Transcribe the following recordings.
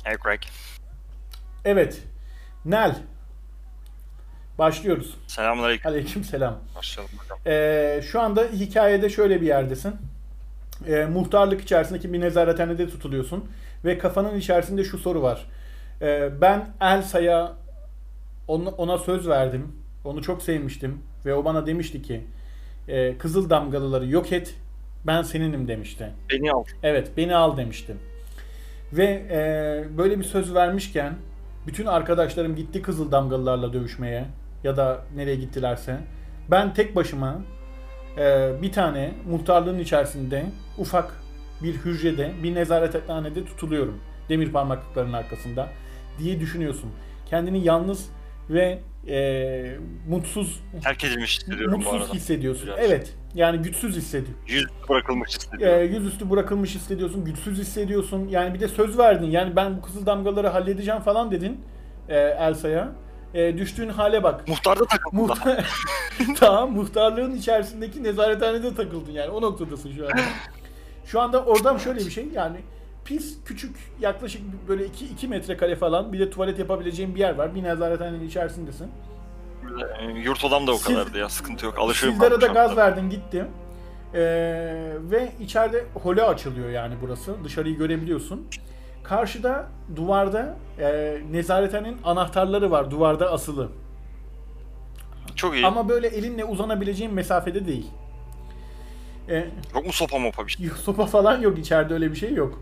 Hey Greg. Evet. Nel. Başlıyoruz. Selamünaleyküm. Aleykümselam. Başlayalım bakalım. Şu anda hikayede şöyle bir yerdesin. Muhtarlık içerisindeki bir nezarethanede tutuluyorsun. Ve kafanın içerisinde şu soru var. Ben Elsa'ya ona söz verdim. Onu çok sevmiştim. Ve o bana demişti ki Kızıl Damgalıları yok et. Ben seninim demişti. Beni al. Evet, beni al demişti. Ve böyle bir söz vermişken bütün arkadaşlarım gitti Kızıl Damgalılarla dövüşmeye ya da nereye gittilerse. Ben tek başıma bir tane muhtarlığın içerisinde ufak bir hücrede, bir nezarethanede tutuluyorum. Demir parmaklıkların arkasında diye düşünüyorsun. Kendini yalnız ve mutsuz Terk edilmiş hissediyorum bu arada. hissediyorsun. Biraz. Evet. Yani güçsüz hissediyorsun. Yüz bırakılmış hissediyorum. Yüzüstü bırakılmış hissediyorsun, güçsüz hissediyorsun. Yani bir de söz verdin. Yani ben bu kızıl damgaları halledeceğim falan dedin Elsa'ya. Düştüğün hale bak. Muhtarda takıldım daha. Muhtar tamam, muhtarlığın içerisindeki nezarethanede takıldın yani. O noktadasın şu anda. Şu anda oradan şöyle bir şey yani pis, küçük, yaklaşık böyle 2 metrekare falan bir de tuvalet yapabileceğin bir yer var. Bir nezarethanenin içerisindesin. Yurt odam da o kadardı ya. Sıkıntı yok. Alışırım ben Sildar'a bu da gaz şartlara. verdin gitti. Ve içeride hole açılıyor yani burası. Dışarıyı görebiliyorsun. Karşıda duvarda nezarethanenin anahtarları var duvarda asılı. Çok iyi. Ama böyle elinle uzanabileceğin mesafede değil. Yok mu sopa mopa bir şey? Sopa falan yok içeride, öyle bir şey yok.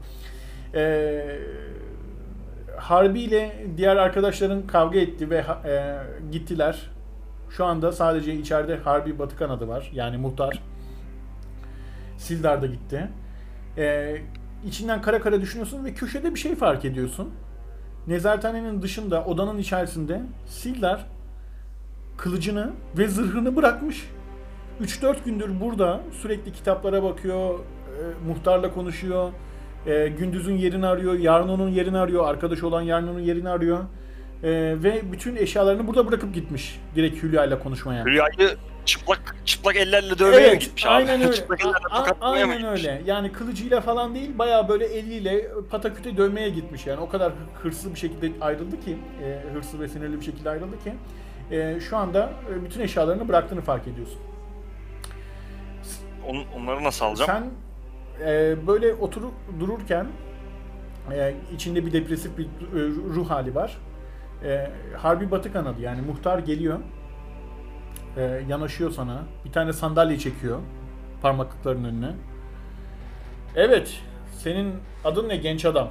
Harbi ile diğer arkadaşların kavga etti ve gittiler. Şu anda sadece içeride Harbi Batı kanadı var. Yani muhtar. Sildar da gitti. İçinden kara kara düşünüyorsun ve köşede bir şey fark ediyorsun. Nezarethanenin dışında, odanın içerisinde Sildar kılıcını ve zırhını bırakmış. 3-4 gündür burada sürekli kitaplara bakıyor, muhtarla konuşuyor, Gündüz'ün yerini arıyor, Yarno'nun yerini arıyor, arkadaş olan Yarno'nun yerini arıyor. Ve bütün eşyalarını burada bırakıp gitmiş. Direkt Hülya ile konuşmaya. Hülya'yı çıplak ellerle dövmeye mi gitmiş abi? Aynen öyle. Çıplak ellerle tokatlamaya mı Aynen gitmiş? öyle. Yani kılıcıyla falan değil, bayağı böyle eliyle pataküte dövmeye gitmiş yani. O kadar hırslı bir şekilde ayrıldı ki, hırslı ve sinirli bir şekilde ayrıldı ki, şu anda bütün eşyalarını bıraktığını fark ediyorsun. Onları nasıl alacağım? Sen böyle oturup dururken içinde bir depresif bir ruh hali var. Harbi Batı kanadı yani muhtar geliyor, yanaşıyor sana, bir tane sandalye çekiyor parmaklıkların önüne. Evet, senin adın ne genç adam?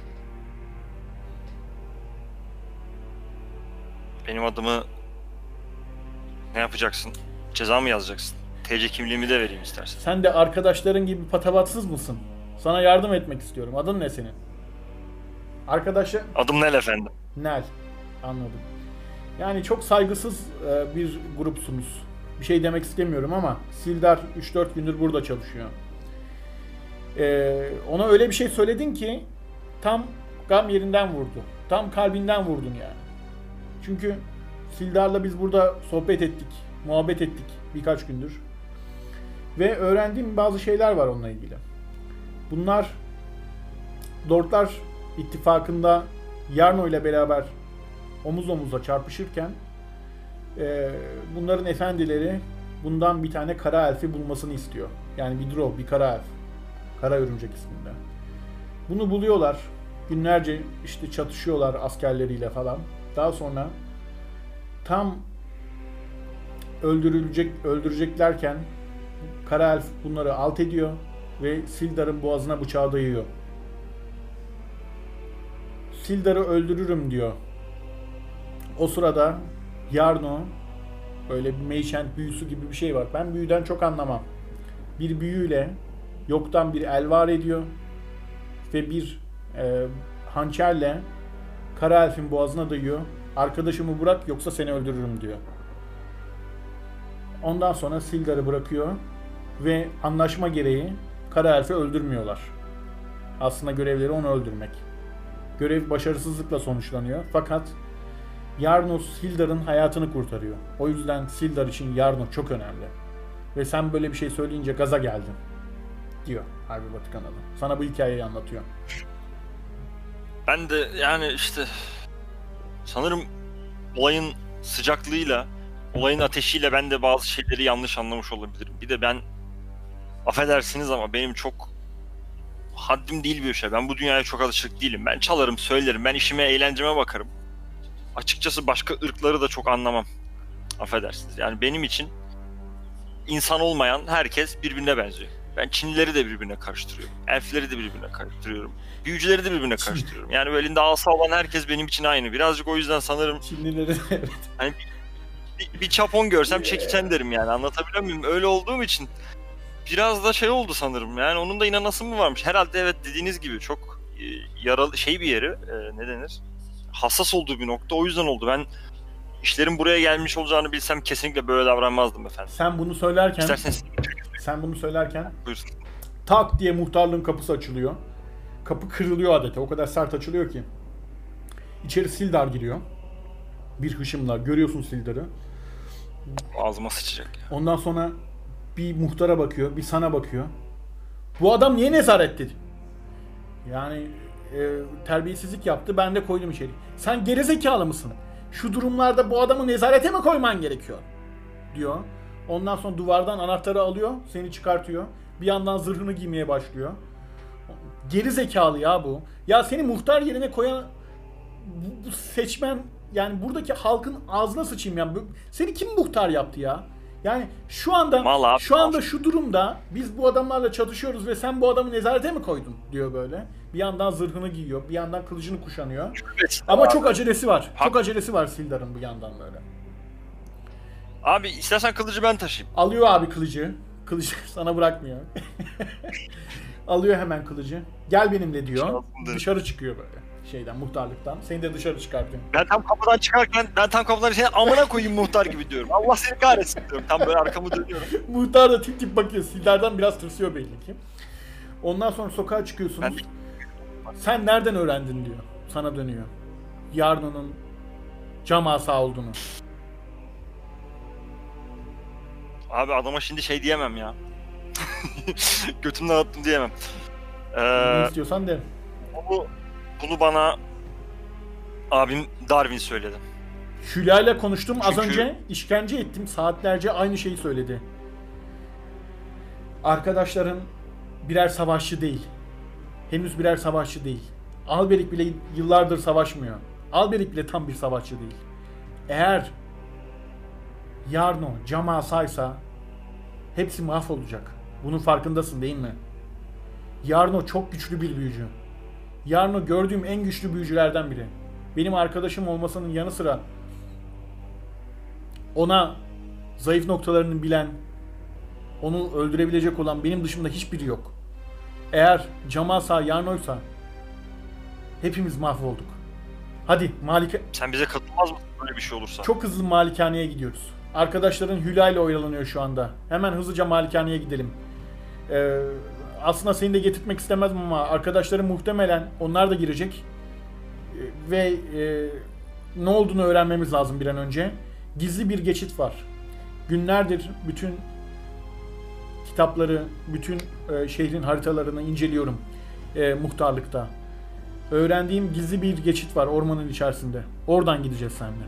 Benim adımı ne yapacaksın? Ceza mı yazacaksın? TC kimliğimi de vereyim istersen. Sen de arkadaşların gibi patavatsız mısın? Sana yardım etmek istiyorum. Adın ne senin? Arkadaşı Adım Nel efendim. Nel. Anladım. Yani çok saygısız bir grupsunuz. Bir şey demek istemiyorum ama Sildar 3-4 gündür burada çalışıyor. Ona öyle bir şey söyledin ki tam gam yerinden vurdu. Tam kalbinden vurdun yani. Çünkü Sildar'la biz burada sohbet ettik, muhabbet ettik birkaç gündür. Ve öğrendiğim bazı şeyler var onunla ilgili. Bunlar Lordlar İttifakı'nda Yarno ile beraber omuz omuza çarpışırken bunların efendileri bundan bir tane kara elfi bulmasını istiyor. Yani bir drow, bir kara elf. Kara örümcek isminde. Bunu buluyorlar. Günlerce işte çatışıyorlar askerleriyle falan. Daha sonra tam öldüreceklerken kara elf bunları alt ediyor ve Sildar'ın boğazına bıçağı dayıyor. Sildar'ı öldürürüm diyor. O sırada Yarno, böyle bir Mage Hand büyüsü gibi bir şey var. Ben büyüden çok anlamam. Bir büyüyle yoktan bir el var ediyor ve bir hançerle kara elfin boğazına dayıyor. Arkadaşımı bırak yoksa seni öldürürüm diyor. Ondan sonra Sildar'ı bırakıyor ve anlaşma gereği kara elfi öldürmüyorlar. Aslında görevleri onu öldürmek. Görev başarısızlıkla sonuçlanıyor. Fakat Yarno Sildar'ın hayatını kurtarıyor. O yüzden Sildar için Yarno çok önemli. Ve sen böyle bir şey söyleyince gaza geldin diyor Harbi Batı kanalı. Sana bu hikayeyi anlatıyor. Ben de yani işte sanırım olayın sıcaklığıyla, olayın ateşiyle ben de bazı şeyleri yanlış anlamış olabilirim. Bir de ben, affedersiniz ama benim çok haddim değil bir şey. Ben bu dünyaya çok alışık değilim. Ben çalarım, söylerim. Ben işime, eğlenceme bakarım. Açıkçası başka ırkları da çok anlamam. Affedersiniz. Yani benim için insan olmayan herkes birbirine benziyor. Ben Çinlileri de birbirine karıştırıyorum. Elfleri de birbirine karıştırıyorum. Büyücüleri de birbirine karıştırıyorum. Yani böyle elinde asa olan herkes benim için aynı. Birazcık o yüzden sanırım Çinlileri evet. hani bir Japon görsem çekicen derim yani. Anlatabiliyor muyum? Öyle olduğum için biraz da şey oldu sanırım. Yani onun da inanası mı varmış? Herhalde evet, dediğiniz gibi çok yaralı şey bir yeri, ne denir? Hassas olduğu bir nokta. O yüzden oldu. Ben işlerin buraya gelmiş olacağını bilsem kesinlikle böyle davranmazdım efendim. Sen bunu söylerken İsterseniz buyurun. tak diye muhtarlığın kapısı açılıyor. Kapı kırılıyor adeta. O kadar sert açılıyor ki. İçeri Sildar giriyor. Bir hışımla görüyorsun Sildar'ı. Ağzıma sıçacak ya. Ondan sonra bir muhtara bakıyor, bir sana bakıyor. Bu adam niye nezaret dedi? Yani terbiyesizlik yaptı, ben de koydum içeri. Sen gerizekalı mısın? Şu durumlarda bu adamı nezarete mi koyman gerekiyor? Diyor. Ondan sonra duvardan anahtarı alıyor, seni çıkartıyor. Bir yandan zırhını giymeye başlıyor. Gerizekalı ya bu. Ya seni muhtar yerine koyan bu seçmen, yani buradaki halkın ağzına sıçayım ya. Seni kim muhtar yaptı ya? Yani şu anda Mal abi, şu anda şu durumda biz bu adamlarla çatışıyoruz ve sen bu adamı nezarete mi koydun diyor böyle. Bir yandan zırhını giyiyor, bir yandan kılıcını kuşanıyor. Ama çok acelesi var. Çok acelesi var Sildar'ın bir yandan böyle. Abi istersen kılıcı ben taşıyayım. Alıyor abi kılıcı. Kılıcı sana bırakmıyor. Alıyor hemen kılıcı. Gel benimle diyor. Şanslıdır. Dışarı çıkıyor böyle şeyden, muhtarlıktan. Seni de dışarı çıkartıyor. Ben tam kapıdan seni amına koyayım muhtar gibi diyorum. Allah seni kahretsin diyorum. Tam böyle arkamı dönüyorum. Muhtar da tip tip bakıyor. Sildar'dan biraz tırsıyor belli ki. Ondan sonra sokağa çıkıyorsunuz. Sen nereden öğrendin diyor. Sana dönüyor. Yarno'nun cam asa olduğunu. Abi adama şimdi şey diyemem ya. Götümden attım diyemem. Ne istiyorsan de. Bunu bana abim Darwin söyledi. Hülya'yla konuştum az Çünkü- önce. İşkence ettim. Saatlerce aynı şeyi söyledi. Arkadaşların birer savaşçı değil. Henüz birer savaşçı değil. Alberic bile yıllardır savaşmıyor. Alberic bile tam bir savaşçı değil. Eğer Yarno cam asaysa hepsi mahvolacak. Bunun farkındasın değil mi? Yarno çok güçlü bir büyücü. Yarno gördüğüm en güçlü büyücülerden biri. Benim arkadaşım olmasının yanı sıra ona zayıf noktalarını bilen, onu öldürebilecek olan benim dışımda hiçbiri yok. Eğer Camasa Yarno'ysa hepimiz mahvolduk. Hadi Sen bize katılmaz mısın böyle bir şey olursa? çok hızlı malikaneye gidiyoruz. Arkadaşların Hülya ile oyalanıyor şu anda. Hemen hızlıca malikaneye gidelim. Aslında seni de getirtmek istemezdim ama arkadaşlarım muhtemelen onlar da girecek. Ve ne olduğunu öğrenmemiz lazım bir an önce. Gizli bir geçit var. Günlerdir bütün kitapları, bütün şehrin haritalarını inceliyorum muhtarlıkta. Öğrendiğim gizli bir geçit var ormanın içerisinde. Oradan gideceğiz seninle.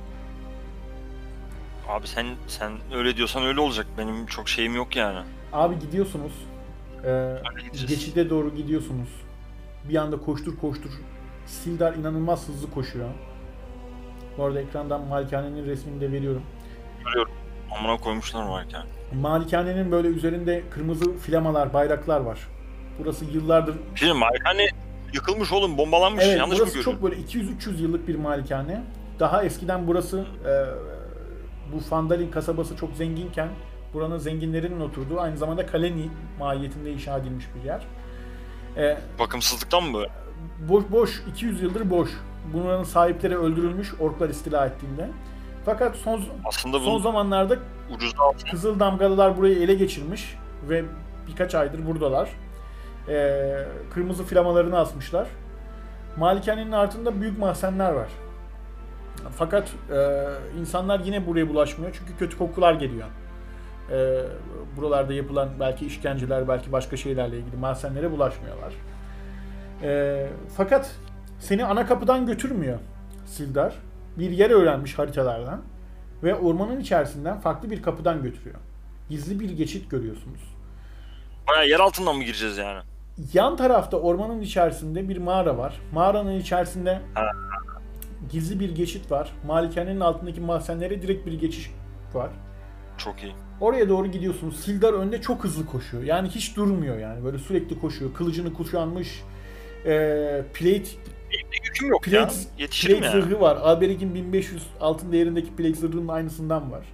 Abi sen öyle diyorsan öyle olacak. Benim çok şeyim yok yani. Abi gidiyorsunuz. Gideceğiz. Geçide doğru gidiyorsunuz. Bir anda koştur koştur. Sildar inanılmaz hızlı koşuyor. Bu arada ekrandan malikanenin resmini de veriyorum. Görüyorum. Amına koymuşlar varken. Malikanenin böyle üzerinde kırmızı flamalar, bayraklar var. Burası yıllardır... Şimdi malikane yıkılmış oğlum, bombalanmış. Evet, Yanlış mı burası görüyorum? çok böyle 200-300 yıllık bir malikane. Daha eskiden burası bu Fandalin kasabası çok zenginken buranın zenginlerinin oturduğu, aynı zamanda kale mahiyetinde inşa edilmiş bir yer. Bakımsızlıktan mı böyle? Boş 200 yıldır boş. Buranın sahipleri öldürülmüş orklar istila ettiğinde. Fakat Aslında son bu zamanlarda ucuz altın. Kızıl Damgalılar burayı ele geçirmiş ve birkaç aydır buradalar. Kırmızı flamalarını asmışlar. Malikanenin altında büyük mahzenler var. Fakat insanlar yine buraya bulaşmıyor çünkü kötü kokular geliyor. Buralarda yapılan belki işkenceler, belki başka şeylerle ilgili mahzenlere bulaşmıyorlar. Fakat Seni ana kapıdan götürmüyor Sildar. Bir yer öğrenmiş haritalardan ve ormanın içerisinden farklı bir kapıdan götürüyor. Gizli bir geçit görüyorsunuz. Bayağı yer altından mı gireceğiz yani? Yan tarafta ormanın içerisinde bir mağara var. Mağaranın içerisinde Ha. gizli bir geçit var. Malikanenin altındaki mahzenlere direkt bir geçiş var. Çok iyi. Oraya doğru gidiyorsunuz. Sildar önde çok hızlı koşuyor. Yani hiç durmuyor yani. Böyle sürekli koşuyor. Kılıcını kuşanmış. Plate Benim de yüküm yok ya. Yetişirim yani. zırhı var. Alberic'in 1500 altın değerindeki plate zırhının aynısından var.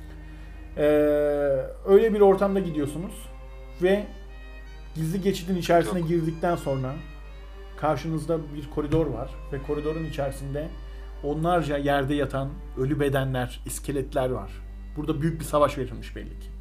Öyle bir ortamda gidiyorsunuz. Ve gizli geçidin içerisine Yok. girdikten sonra karşınızda bir koridor var. Ve koridorun içerisinde onlarca yerde yatan ölü bedenler, iskeletler var. Burada büyük bir savaş verilmiş belli ki.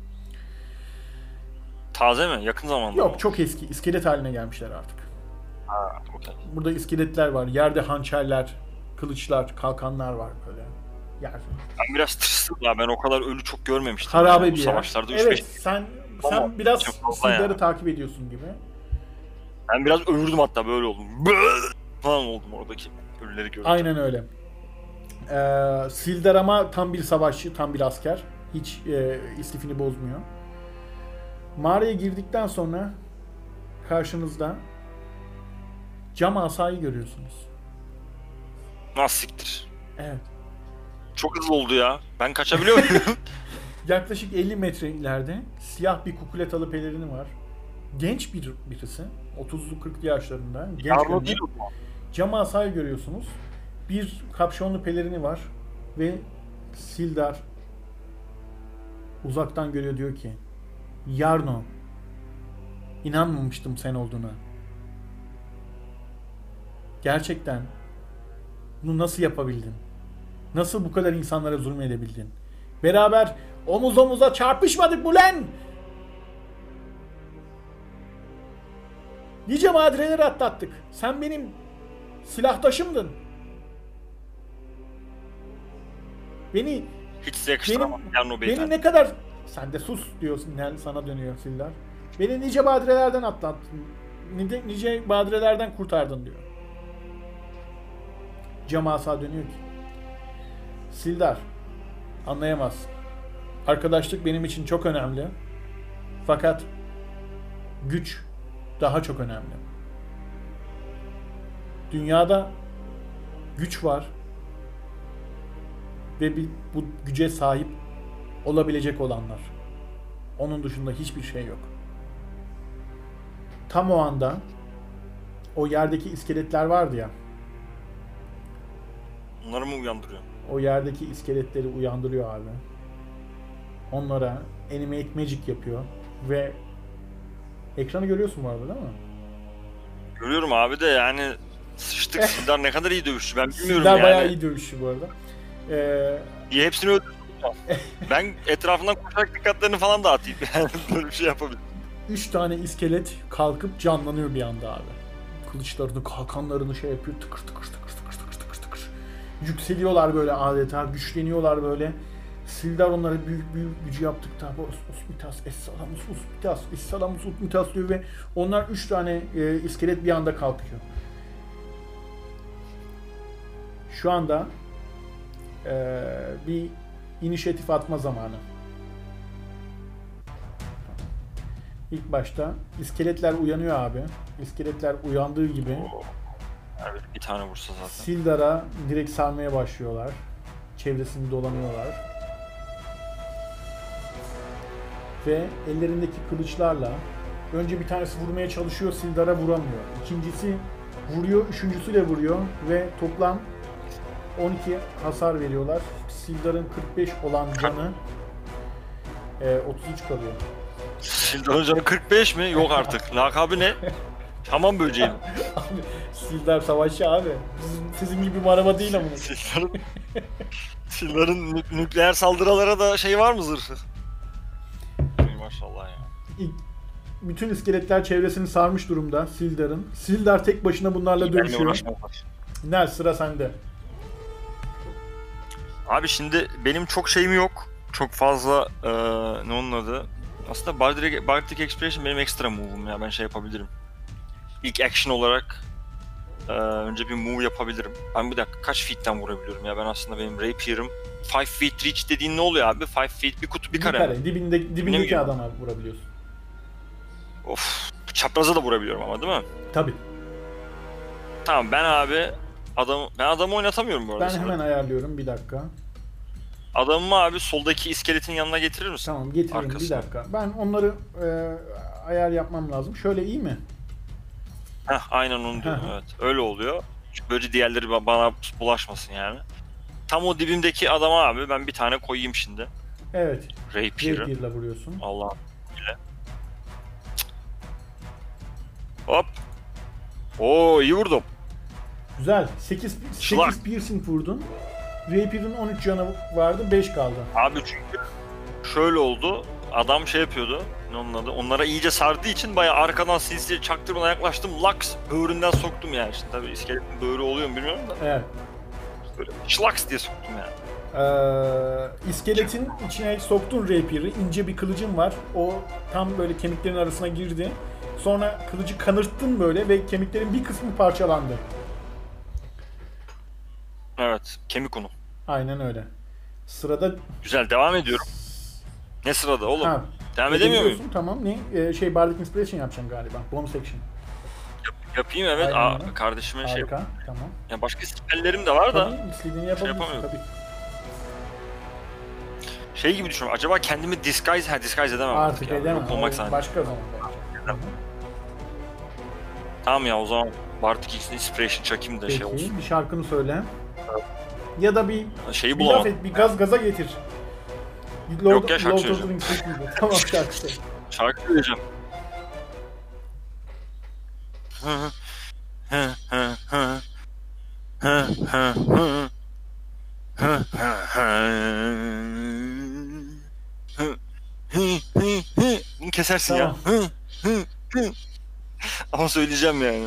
Taze mi? Yakın zamanda Yok mı? çok eski. İskelet haline gelmişler artık. Ha, okey. Burada iskeletler var. Yerde hançerler, kılıçlar, kalkanlar var böyle. Yerde. Ben biraz tırstım ya. Ben o kadar ölü çok görmemiştim. Harabe yani. Bu bir yer. savaşlarda 3-5 Evet sen Ama biraz çok fazla Sildar'ı ya. takip ediyorsun gibi. Ben biraz övürdüm hatta böyle oldum. Böyle falan oldum oradaki ölüleri görünce. Aynen öyle. Sildar ama tam bir savaşçı, tam bir asker. Hiç istifini bozmuyor. Mağaraya girdikten sonra karşınızda cam asayı görüyorsunuz. Nasıl siktir? Evet. Çok hızlı oldu ya. Ben kaçabiliyor muyum? Yaklaşık 50 metre ileride siyah bir kukuletalı pelerini var. Genç birisi. 30'lu 40'lı yaşlarında. Genç Yarlı görünüyor. değil o zaman. Cam asayı görüyorsunuz. Bir kapşonlu pelerini var. Ve Sildar uzaktan görüyor, diyor ki Yarno, inanmamıştım sen olduğuna. Gerçekten bunu nasıl yapabildin? Nasıl bu kadar insanlara zulmedebildin? Beraber omuz omuza çarpışmadık mı lan? Nice badireler atlattık. Sen benim silahtaşımdın. Beni Hiç size yakıştıramam. Yarno beni beyefendi. ne kadar sen de sus diyorsun, yani sana dönüyor Sildar. Beni nice badirelerden atlattın. Nice badirelerden kurtardın diyor. Cam asa dönüyor ki Sildar, anlayamazsın. Arkadaşlık benim için çok önemli. Fakat güç daha çok önemli. Dünyada güç var ve bu güce sahip olabilecek olanlar. Onun dışında hiçbir şey yok. Tam o anda o yerdeki iskeletler vardı ya. Onları mı uyandırıyor? O yerdeki iskeletleri uyandırıyor abi. Onlara animate magic yapıyor ve ekranı görüyorsun bu arada değil mi? Görüyorum abi de yani sıçtık. Sildar ne kadar iyi dövüşçü ben bilmiyorum Sildar yani. bayağı iyi dövüşçü bu arada. İyi hepsini öldürdüm. Ben etrafından koşarak dikkatlerini falan dağıtayım. Yani böyle bir şey yapabilirim. 3 tane iskelet kalkıp canlanıyor bir anda abi. Kılıçlarını, kalkanlarını şey yapıyor. Tıkır tıkır tıkır tıkır tıkır tıkır tıkır. Yükseliyorlar böyle adeta. Güçleniyorlar böyle. Sildar onlara büyük büyük gücü yaptıkta Usmitas, Essalamus Usmitas, Essalamus Usmitas diyor ve onlar 3 tane iskelet bir anda kalkıyor. Şu anda bir inisiyatif atma zamanı. İlk başta iskeletler uyanıyor abi. İskeletler uyandığı gibi Evet, bir tane vursa zaten. Sildar'a direkt sarmaya başlıyorlar. Çevresini dolanıyorlar. Ve ellerindeki kılıçlarla önce bir tanesi vurmaya çalışıyor, Sildar'a vuramıyor. İkincisi vuruyor, üçüncüsüyle vuruyor ve toplam 12 hasar veriyorlar. Sildar'ın 45 olan canı 33 kalıyor. Sildar'ın canı 45 mi? Yok artık. Lakabı ne? Tamam böceğim. Abi Sildar savaşçı abi. Sizin gibi bir araba değil ama. Sildar'ın nükleer saldırılara da şey var mı zırhı? Maşallah ya. Bütün iskeletler çevresini sarmış durumda Sildar'ın. Sildar tek başına bunlarla Benimle dövüşüyor. uğraşmazlar. Nel, sıra sende. Abi şimdi benim çok şeyim yok. Çok fazla ne onun adı? Aslında Bardic Expression benim ekstra move'um ya. Ben şey yapabilirim. İlk action olarak önce bir move yapabilirim. Ben bir dakika kaç feet'ten vurabiliyorum ya? Ben aslında benim rapier'ım 5 feet reach dediğin ne oluyor abi? 5 feet bir kutu bir kare. Mi? Dibindeki adama vurabiliyorsun. Of. Çapraza da vurabiliyorum ama değil mi? Tabii. Tamam ben abi adamı oynatamıyorum bu arada. Ben sanırım. hemen ayarlıyorum, bir dakika. Adamımı abi soldaki iskeletin yanına getirir misin? Tamam, getireyim, Arkasına. bir dakika. Ben onları ayar yapmam lazım. Şöyle iyi mi? Heh, aynen onu diyorum, Hı hı. evet. Öyle oluyor. Çünkü böyle diğerleri bana bulaşmasın yani. Tam o dibimdeki adama abi ben bir tane koyayım şimdi. Evet. Rapier'ı. Rapier'la vuruyorsun. Allah'ım bile. Hop. Oo iyi vurdum. Güzel. 8 Şılak. piercing vurdun. Rapier'ın 13 canı vardı, 5 kaldı. Abi çünkü şöyle oldu. Adam şey yapıyordu. Ne onun adı? Onlara iyice sardığı için bayağı arkadan sinsi çaktırmadan yaklaştım. Laks böğründen soktum yani. Şimdi tabii iskeletin böğrü oluyor mu bilmiyorum da. Evet. Böyle şlaks diye soktum yani. İskeletin içine soktun Rapier'ı. İnce bir kılıcın var. O tam böyle kemiklerin arasına girdi. Sonra kılıcı kanırttın böyle ve kemiklerin bir kısmı parçalandı. Evet. Kemik unu. Aynen öyle. Sırada... Güzel devam ediyorum. Ne sırada oğlum? Ha, Devam edemiyor muyum? edebiliyorsun, tamam. Ne? Bardic Inspiration yapacaksın galiba. Bonus action. Yapayım evet. Aynen öyle. Kardeşime şey... Harika. Tamam. Ya başka spelllerim de var da. Tabii istediğini yapabilirsin. yapamıyorum. Tabii. Şey gibi düşünüyorum. Acaba kendimi disguise edemem Artık ya. edemem. Yok olmak O zannediyorum. başka zaman. Hı-hı. Tamam ya o zaman Bartek X'in Inspiration çakayım da şey Peki, olsun. bir şarkını söyle. Ya da bir Şeyi bir laf bulamadım. et, bir gaza getir. Yok ya, şarkı Lord of the söyleyeceğim. Rings gibi. Tamam, şarkı söyle. Şarkı söyleyeceğim. Bunu kesersin ya. Ama söyleyeceğim yani.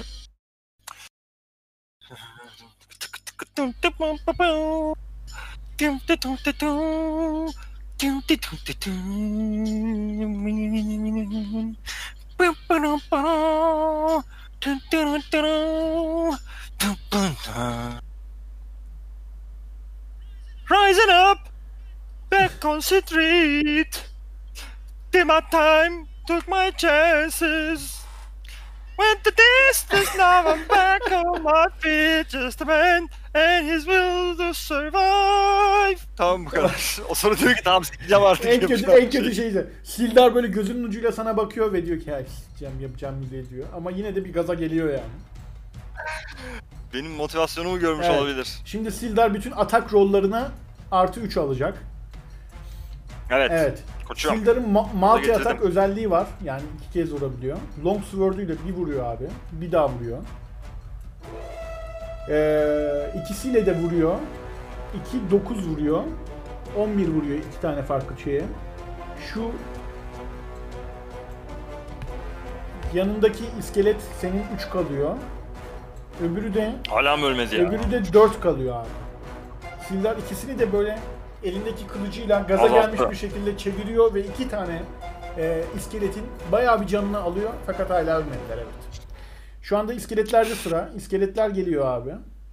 Rising up, back on the street. Did my time, took my chances. Went the distance, now I'm back on my feet. Just a man and his will to survive. Tamam bu kadar. O sonra diyor ki tamam sikeceğim artık. En kötü şey de Sildar böyle gözünün ucuyla sana bakıyor ve diyor ki ya yapacağım müziği diyor. Ama yine de bir gaza geliyor yani. Benim motivasyonumu görmüş Evet. olabilir. Şimdi Sildar bütün atak rollarına artı 3 alacak. Evet. Evet. Koçum. Sildar'ın multi getirdim. atak özelliği var. Yani 2 kez vurabiliyor. Long sword'uyla bir vuruyor abi. Bir daha vuruyor. İkisiyle de vuruyor. 2 9 vuruyor. 11 vuruyor 2 tane farklı şeye. Şu yanındaki iskelet senin 3 kalıyor. Hala mı ölmedi ya? Öbürü de 4 kalıyor abi. Sildar ikisini de böyle elindeki kılıcıyla gaza Azalttı. gelmiş bir şekilde çeviriyor ve 2 tane iskeletin bayağı bir canını alıyor fakat hala ölmediler, evet. Şu anda iskeletlerde sıra. İskeletler geliyor abi.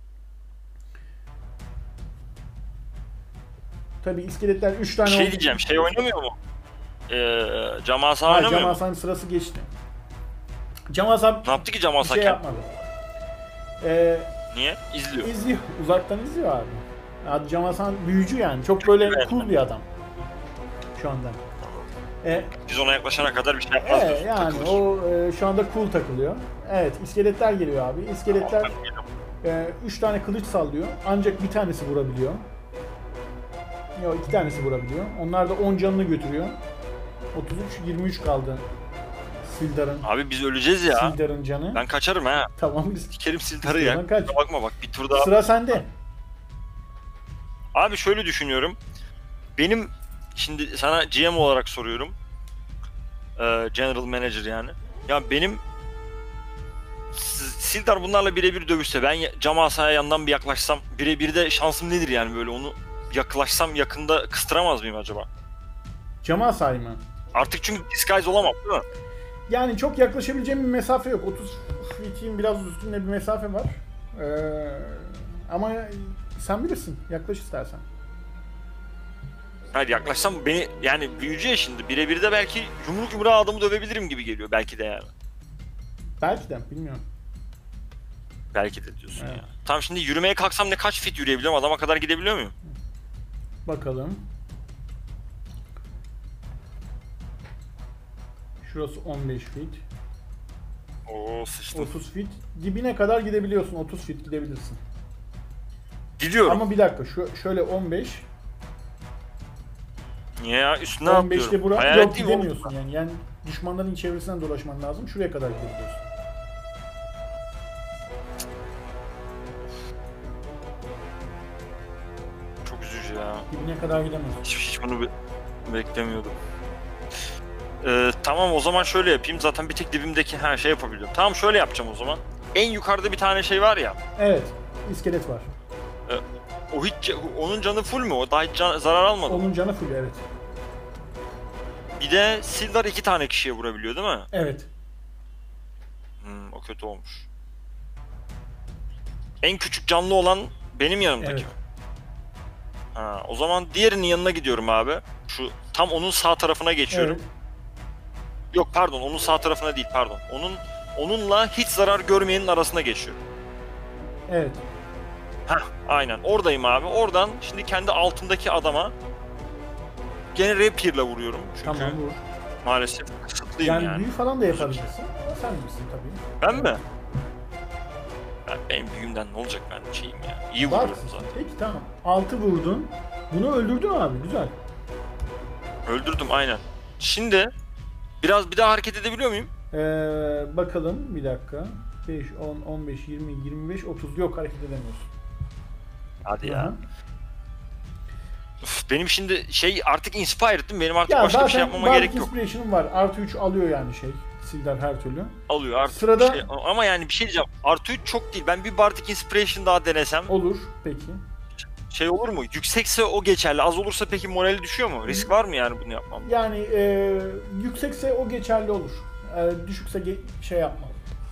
Tabii iskeletler 3 tane Şey diyeceğim, şey oynamıyor mu? Cam Hasan Hayır, oynamıyor Cam mu? Hasan'ın sırası geçti. Cam Hasan Ne yaptı ki Cam bir Hasan şey kendini? yapmadı. Niye? İzliyor. İzliyor. Uzaktan izliyor abi. Ya Cam Hasan büyücü yani. Çok böyle Evet. cool bir adam. Şu anda. Biz ona yaklaşana kadar bir şey yapmaz diyorsun. Yani takılır. o şu anda cool takılıyor. Evet, iskeletler geliyor abi. İskeletler 3 tane kılıç sallıyor. Ancak bir tanesi vurabiliyor. Yok, 2 tanesi vurabiliyor. Onlar da 10 canını götürüyor. 33 23 kaldı. Sildar'ın. Abi biz öleceğiz ya. Sildar'ın canı. Ben kaçarım ha. Tamam, biz Kerim Sildar'ı ya. İstiyorsan kaç. Bakma bak bir tur daha. sıra sende. Abi şöyle düşünüyorum. Benim şimdi sana GM olarak soruyorum. General Manager yani. Ya benim Sildar bunlarla birebir dövüşse ben Cam Hasan'a yandan bir yaklaşsam birebir de şansım nedir yani böyle onu yaklaşsam yakında kıstıramaz mıyım acaba? Cam Hasan mı? Artık çünkü disguise olamam değil mi? Yani çok yaklaşabileceğim bir mesafe yok. 30 feet'in biraz üstünde bir mesafe var. Ama sen bilirsin. Yaklaş istersen. Hayır, yaklaşsam beni, yani büyücü ya şimdi, birebir de belki yumruk yumruğa adamı dövebilirim gibi geliyor belki de yani. Belki de bilmiyorum. Belki de diyorsun Evet. ya. Tamam, şimdi yürümeye kalksam ne kaç fit yürüyebiliyorum? Adama kadar gidebiliyor muyum? Bakalım. Şurası 15 feet. Oo, sıçtım. 30 feet. Dibine kadar gidebiliyorsun. 30 feet gidebilirsin. Gidiyorum. Ama bir dakika. Şöyle 15. Niye ya? Üstüne atlıyorum. 15'te bura. Hayalet Yok değil mi oğlum? gidemiyorsun yani. Düşmanların çevresinden dolaşman lazım. Şuraya kadar gidebiliyorsun. Çok üzücü ya. Dibine kadar gidemiyorsun. Hiç bunu beklemiyordum. Tamam, o zaman şöyle yapayım. Zaten bir tek dibimdeki her şey yapabiliyorum. Tamam, şöyle yapacağım o zaman. En yukarıda bir tane şey var ya. Evet. İskelet var. O hiç, onun canı full mü? O daha hiç zarar almadı mı? Onun canı full, evet. Bir de Sildar 2 tane kişiye vurabiliyor değil mi? Evet. O kötü olmuş. En küçük canlı olan benim yanımdaki Evet. mi? Ha, o zaman diğerinin yanına gidiyorum abi. Şu tam onun sağ tarafına geçiyorum. Evet. Yok pardon, onun sağ tarafına değil, pardon. Onunla hiç zarar görmeyenin arasına geçiyorum. Evet. Hah, aynen oradayım abi. Oradan şimdi kendi altındaki adama gene Rapier'la vuruyorum. Çünkü Tamam, vur. maalesef kısıtlıyım Yani yani. büyü falan da yapabilirsin. Ama sen bilirsin tabii. Ben mi? Benim büyüğümden ne olacak, ben şeyim ya. İyi Var. vuruyorum zaten. Peki tamam. 6 vurdun. Bunu öldürdün abi. Güzel. Öldürdüm aynen. Şimdi biraz bir daha hareket edebiliyor muyum? Bakalım bir dakika. 5, 10, 15, 20, 25, 30. Yok, hareket edemiyorsun. Hadi Hı ya. hı. Üf, benim şimdi şey artık inspired değil mi? Benim artık Ya başka bir zaten şey yapmama Bardic gerek yok. Inspiration'ım var. Artı 3 alıyor yani şey. Sildar her türlü. Alıyor artık Sırada- bir şey. Ama yani bir şey diyeceğim. Artı 3 çok değil. Ben bir Bardic Inspiration daha denesem Olur. Peki. şey olur mu? Yüksekse o geçerli. Az olursa peki morali düşüyor mu? Risk var mı yani bunu yapmam? Yani yüksekse o geçerli olur. Düşükse şey yapma.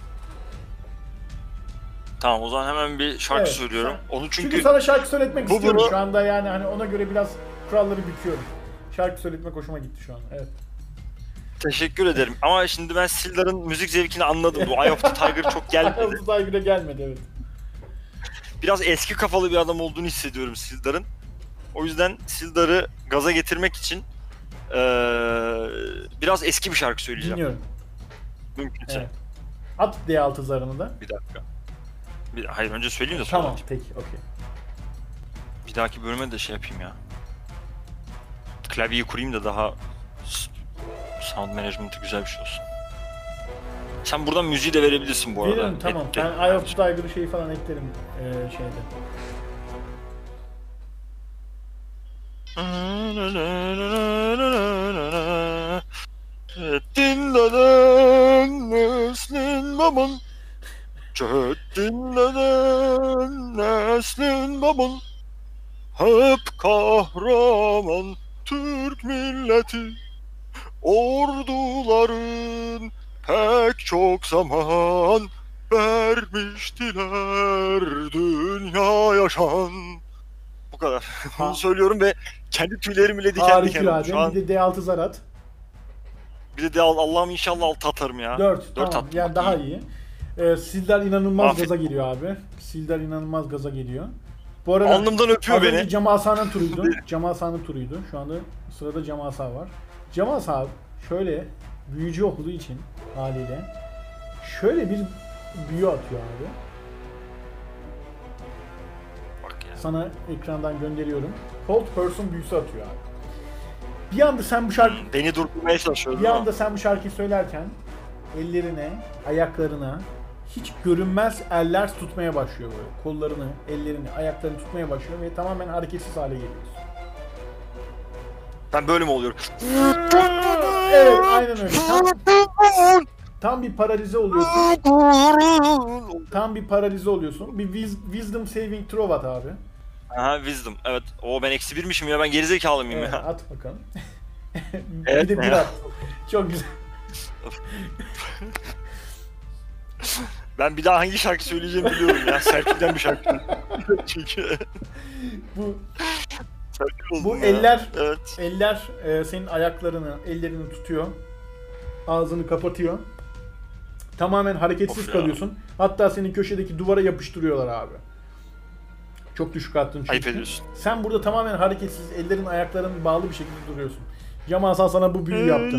Tamam, o zaman hemen bir şarkı Evet, söylüyorum. Onu Çünkü çünkü sana şarkı söyletmek Bu istiyorum bunu- şu anda, yani hani ona göre biraz kuralları büküyorum. Şarkı söyletmek hoşuma gitti şu an. Evet. teşekkür ederim. Ama şimdi ben Sildar'ın müzik zevkini anladım. Bu Eye of the Tiger çok gelmedi. Yalnız Tiger'a gelmedi, evet. Biraz eski kafalı bir adam olduğunu hissediyorum Sildar'ın. O yüzden Sildar'ı gaza getirmek için biraz eski bir şarkı söyleyeceğim. Dinliyorum. Mümkünse. Evet. At D6 zarını da. Bir dakika. Hayır, önce söyleyeyim de sonra. Tamam, peki, okey. Bir dahaki bölüme de şey yapayım ya. Klavyeyi kurayım da daha sound management'ı güzel bir şey olsun. Sen buradan müziği de verebilirsin bu arada. Veririm, tamam. Ekle. Ben Eye of the Tiger'ı şeyi falan eklerim şeyde. Dinleden neslin babun, dinleden neslin babun, hep kahraman Türk milleti, orduların pek çok zaman vermiştiler dünya yaşan. Bu kadar. Bunu söylüyorum ve kendi tüylerim bile diken diken oldu şu Harikulade. an. Bir de D6 zar at. Bir de Allah'ım inşallah alt atarım ya. 4, Dört tamam. attım, Yani bak, daha iyi. iyi. Sildar inanılmaz Aferin. gaza geliyor abi. Sildar inanılmaz gaza geliyor. Bu arada Alnımdan öpüyor az önce beni. Cem Asa'nın turuydu. Cem Asa'nın turuydu. Şu anda sırada Cem Asa var. Cem Asa şöyle büyücü olduğu için haliyle şöyle bir büyü atıyor abi. Bak ya. Sana ekrandan gönderiyorum. Hold person büyüsü atıyor abi. Bir anda sen bu şarkı Beni durdurmaya çalışıyor Bir değil mi? anda sen bu şarkıyı söylerken ellerine, ayaklarına hiç görünmez eller tutmaya başlıyor böyle. Kollarını, ellerini, ayaklarını tutmaya başlıyor ve tamamen hareketsiz hale geliyorsun. Ben böyle mi oluyorum? Evet, aynen öyle. Tam bir paralize oluyorsun. Tam bir paralize oluyorsun. Bir wisdom saving throw at abi. Aha, wisdom. Evet. O ben eksi birmişim ya. Ben gerizekalı mıyım Evet, ya? at bakalım. Evet, bir de bir ya. at. Çok güzel. Ben bir daha hangi şarkı söyleyeceğimi biliyorum ya. Serpil'den bir şarkı. Çünkü Bu Serpil oldum bu ya. eller Evet. eller senin ellerini tutuyor. Ağzını kapatıyor. Tamamen hareketsiz Of ya. kalıyorsun. Hatta seni köşedeki duvara yapıştırıyorlar abi. Çok düşük attın çünkü. Ayıp ediyorsun. Sen burada tamamen hareketsiz, ellerin ayakların bağlı bir şekilde duruyorsun. Cem Hasan sana bu büyüyü yaptı.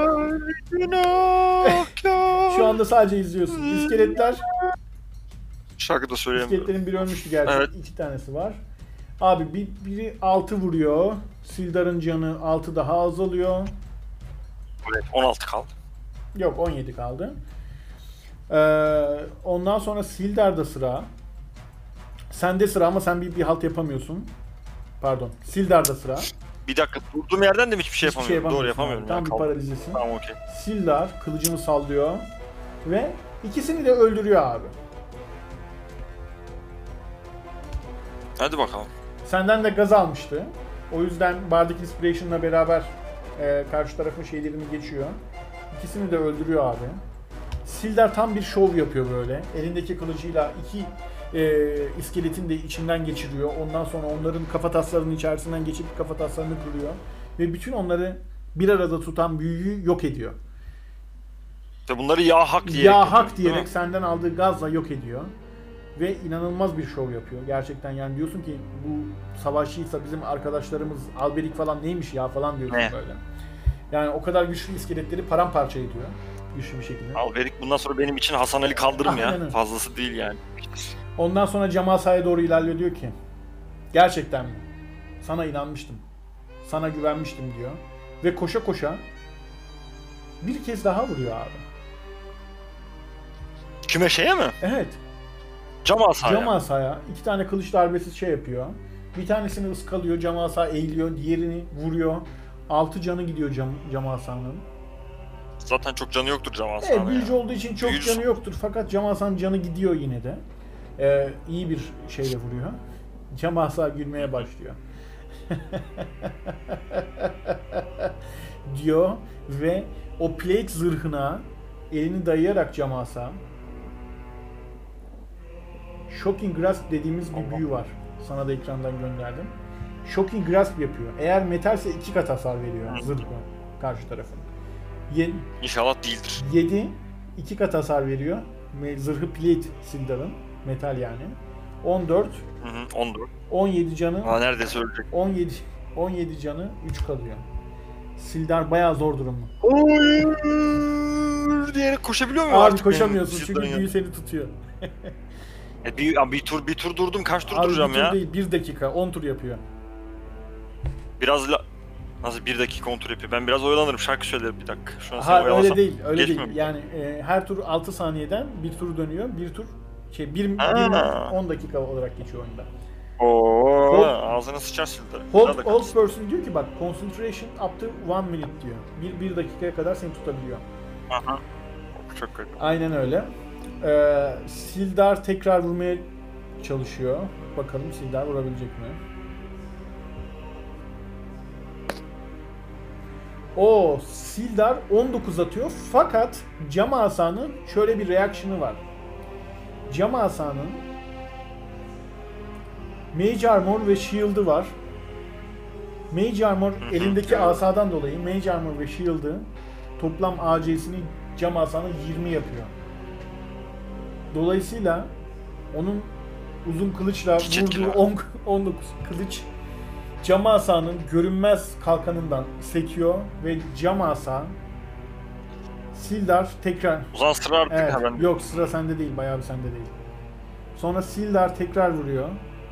Şu anda sadece izliyorsun. İskeletler, Şarkı da söyleyemiyorum. iskeletlerin biri ölmüştü gerçi. Evet. 2 tanesi var. Abi biri 6 vuruyor. Sildar'ın canı 6 daha azalıyor. Evet, 16 kaldı. Yok 17 kaldı. Ondan sonra Sildar'da sıra. Sende sıra ama sen bir halt yapamıyorsun. Pardon. Sildar'da sıra. Bir dakika, durduğum yerden de mi hiçbir şey Hiçbir şey yapamıyorum? Doğru yapamıyorsun yapamıyorum. abi. ya, Tam bir kaldı. paralizesin. Tamam, okey. Sildar kılıcını sallıyor ve ikisini de öldürüyor abi. Hadi bakalım. Senden de gaz almıştı. O yüzden Bardic Inspiration'la beraber karşı tarafın şeylerini geçiyor. İkisini de öldürüyor abi. Sildar tam bir şov yapıyor böyle. Elindeki kılıcıyla iki iskeletin de içinden geçiriyor. Ondan sonra onların kafataslarının içerisinden geçip kafataslarını kırıyor. Ve bütün onları bir arada tutan büyüyü yok ediyor. Ve bunları ya hak diyerek Ya yapıyor, hak değil mi? diyerek senden aldığı gazla yok ediyor. Ve inanılmaz bir şov yapıyor. Gerçekten yani diyorsun ki bu savaşçıysa bizim arkadaşlarımız Alberic falan neymiş ya falan diyorsun Ne? böyle. Yani o kadar güçlü iskeletleri paramparça ediyor. Güçlü bir şekilde. Alberic bundan sonra benim için Hasan Ali Kaldırım Aynen. ya. Fazlası değil yani. Ondan sonra Camasa'ya doğru ilerliyor, diyor ki gerçekten mi? Sana inanmıştım. Sana güvenmiştim diyor. Ve koşa koşa bir kez daha vuruyor abi. Küme şeye mi? Evet. Cam asaya. Camasa'ya 2 tane kılıç darbesi şey yapıyor. Bir tanesini ıskalıyor, Camasa eğiliyor, diğerini vuruyor. 6 canı gidiyor Camasa'nın. Zaten çok canı yoktur cam asaya. Evet, büyücü olduğu için çok Büyücü- canı yoktur fakat Camasa'nın canı gidiyor yine de. İyi bir şeyle vuruyor. Camasa gülmeye başlıyor. diyor ve o plate zırhına elini dayayarak Camasa Shocking Grasp dediğimiz bir büyü var. Sana da ekrandan gönderdim. Shocking Grasp yapıyor. Eğer metalse 2 kat hasar veriyor zırhı karşı tarafın. İnşallah değildir. 7 2 kat hasar veriyor. Zırhı plate Sildar'ın. Metal yani. 14 Hı hı, 14. 17 canı Aa, neredeyse ölecek. 17 canı 3 kalıyor. Sildar bayağı zor durumda. Hayır diyerek koşabiliyor muyum Abi artık? koşamıyorsun benim çünkü Sildar'ın büyü seni tutuyor. yanında? Bir tur durdum. Kaç tur Abi duracağım bir tur ya? değil 1 dakika 10 tur yapıyor. Nasıl 1 dakika kontrol yapıyor? Ben biraz oyalanırım. Şarkı söylerim bir dakika. Şu an Ha seni öyle oyalasam değil, öyle geçmiyor değil. mu? Yani her tur 6 saniyeden bir tur dönüyor. Bir tur bir Ha. 10 dakika olarak geçiyor oyunda. Oo, Hold- ağzına sıçar Sildar. Hold person diyor ki bak concentration up to 1 minute diyor. Bir dakikaya kadar seni tutabiliyor. Aha. Çok kötü. Aynen öyle. Sildar tekrar vurmaya çalışıyor. Bakalım Sildar vurabilecek mi? O Sildar 19 atıyor fakat Camasa'nın şöyle bir reaction'ı var. Camasa'nın Mage Armor ve Shield'ı var. Mage Armor elindeki asadan dolayı Mage Armor ve Shield'ı toplam AC'sini Camasa'nın 20 yapıyor. Dolayısıyla onun uzun kılıçla Hiç etkili vurduğu 19 kılıç Camasa'nın görünmez kalkanından sekiyor ve Camasa Sildar tekrar O zaman sıra artık evet, hemen. yok sıra sende değil, bayağı bir sende değil. Sonra Sildar tekrar vuruyor.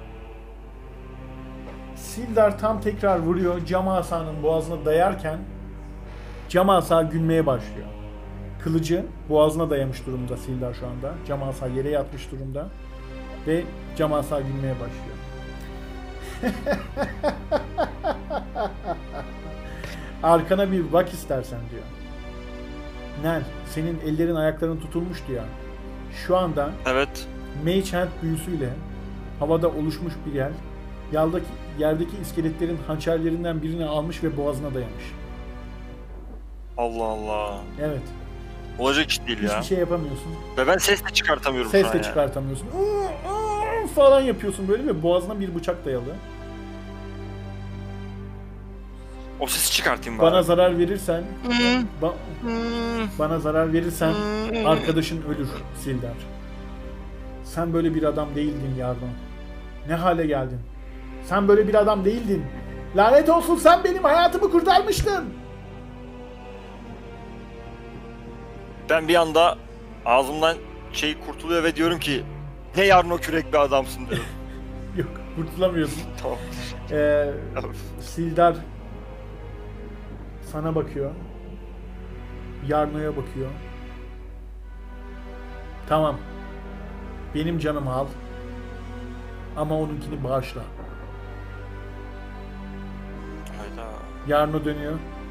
Sildar tam tekrar vuruyor. Camasa'nın boğazına dayarken Camasa gülmeye başlıyor. Kılıcı boğazına dayamış durumda Sildar şu anda. Camasa yere yatmış durumda ve Camasa gülmeye başlıyor. Arkana bir bak istersen diyor. Nel, senin ellerin ayakların tutulmuştu ya. Şu anda Evet. Mage Hand büyüsüyle havada oluşmuş bir yerdeki iskeletlerin hançerlerinden birini almış ve boğazına dayamış. Allah Allah. Evet. Olacak iş değil Hiçbir ya. şey yapamıyorsun. Ve ben ses de çıkartamıyorum Ses şu an de yani. çıkartamıyorsun. Falan yapıyorsun böyle ve boğazına bir bıçak dayalı. O sesi çıkartayım bari. Bana zarar verirsen bana zarar verirsen arkadaşın ölür Sildar. Sen böyle bir adam değildin Yarno. Ne hale geldin? Sen böyle bir adam değildin. Lanet olsun, sen benim hayatımı kurtarmıştın. Ben bir anda ağzımdan şey kurtuluyor ve diyorum ki ne Yarno kürek bir adamsın diyorum. Yok, kurtulamıyorsun. Tamam. Sildar sana bakıyor. Yarno'ya bakıyor. Tamam. Benim canımı al. Ama onunkini bağışla. Hayda. Yarno dönüyor.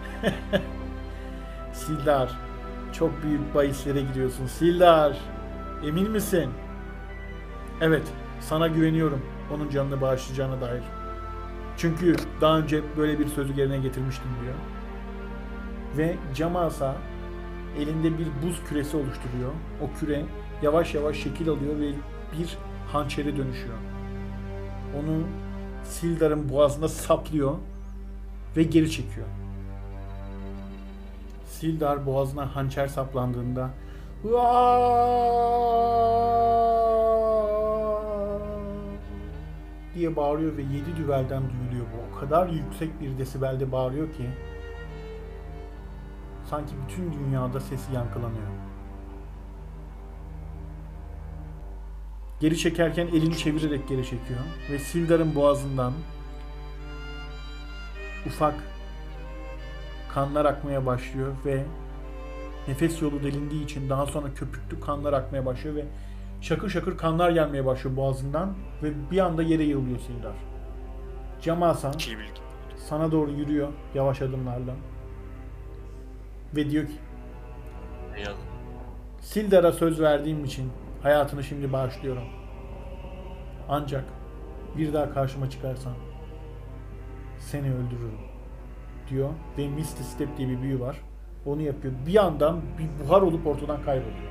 Sildar, çok büyük bahislere giriyorsun. Sildar, emin misin? Evet, sana güveniyorum. Onun canını bağışlayacağına dair. Çünkü daha önce böyle bir sözü yerine getirmiştim diyor. Ve Camasa elinde bir buz küresi oluşturuyor. O küre yavaş yavaş şekil alıyor ve bir hançere dönüşüyor. Onu Sildar'ın boğazına saplıyor ve geri çekiyor. Sildar boğazına hançer saplandığında diye bağırıyor ve 7 düvelden duyuluyor bu. O kadar yüksek bir desibelde bağırıyor ki sanki bütün dünyada sesi yankılanıyor. Geri çekerken elini çevirerek geri çekiyor ve Sildar'ın boğazından ufak kanlar akmaya başlıyor ve nefes yolu delindiği için daha sonra köpüklü kanlar akmaya başlıyor ve şakır şakır kanlar gelmeye başlıyor boğazından ve bir anda yere yığılıyor Sildar. Camasa İyi bilgi. sana doğru yürüyor yavaş adımlarla ve diyor ki İyi adam. Sildar'a söz verdiğim için hayatını şimdi bağışlıyorum. Ancak bir daha karşıma çıkarsan seni öldürürüm diyor ve Misty Step diye bir büyü var. Onu yapıyor. Bir yandan bir buhar olup ortadan kayboluyor.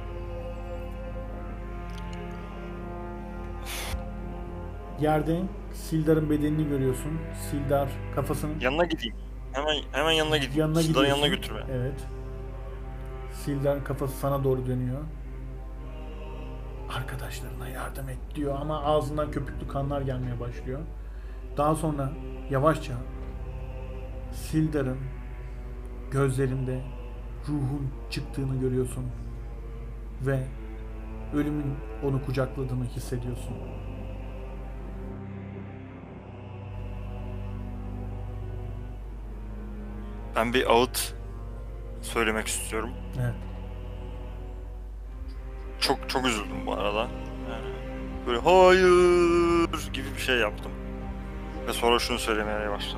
Yerde Sildar'ın bedenini görüyorsun. Sildar kafasını Yanına gideyim. Hemen yanına gideyim. yanına Sildar'ın gidiyorsun. yanına götürme. Evet. Sildar kafası sana doğru dönüyor. Arkadaşlarına yardım et diyor ama ağzından köpüklü kanlar gelmeye başlıyor. Daha sonra yavaşça Sildar'ın gözlerinde ruhun çıktığını görüyorsun ve ölümün onu kucakladığını hissediyorsun. Ben bir ağıt söylemek istiyorum. Evet. Çok üzüldüm bu arada. Yani böyle hayır gibi bir şey yaptım. Ve sonra şunu söylemeye başladım.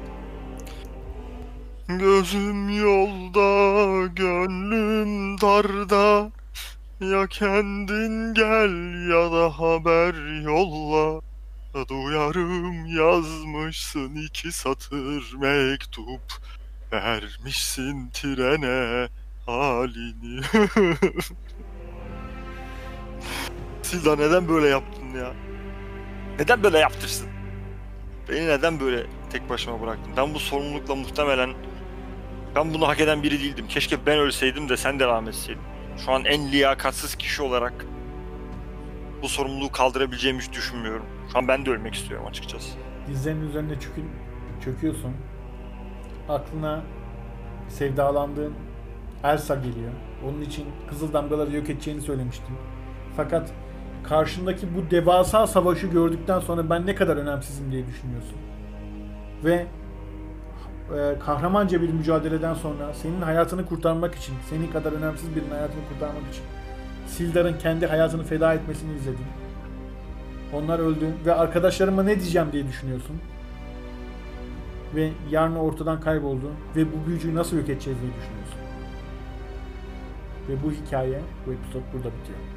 Gözüm yolda, gönlüm darda. Ya kendin gel ya da haber yolla. Duyarım yazmışsın 2 satır mektup. Vermişsin trene halini. Sildar neden böyle yaptın ya? Neden böyle yaptırsın? Beni neden böyle tek başıma bıraktın? Ben bu sorumlulukla muhtemelen ben bunu hak eden biri değildim. Keşke ben ölseydim de sen devam etseydin. Şu an en liyakatsız kişi olarak bu sorumluluğu kaldırabileceğimi hiç düşünmüyorum. Şu an ben de ölmek istiyorum açıkçası. Dizlerinin üzerine çöküyorsun. Aklına sevdalandığın Elsa geliyor. Onun için kızıl damgaları yok edeceğini söylemiştim. Fakat karşındaki bu devasa savaşı gördükten sonra ben ne kadar önemsizim diye düşünüyorsun. Ve kahramanca bir mücadeleden sonra senin hayatını kurtarmak için, senin kadar önemsiz birinin hayatını kurtarmak için Sildar'ın kendi hayatını feda etmesini izledin. Onlar öldü ve arkadaşlarıma ne diyeceğim diye düşünüyorsun. Ve Yarno ortadan kayboldu ve bu büyücüyü nasıl yok edeceğiz diye düşünüyorsun. Ve bu hikaye, bu episod burada bitiyor.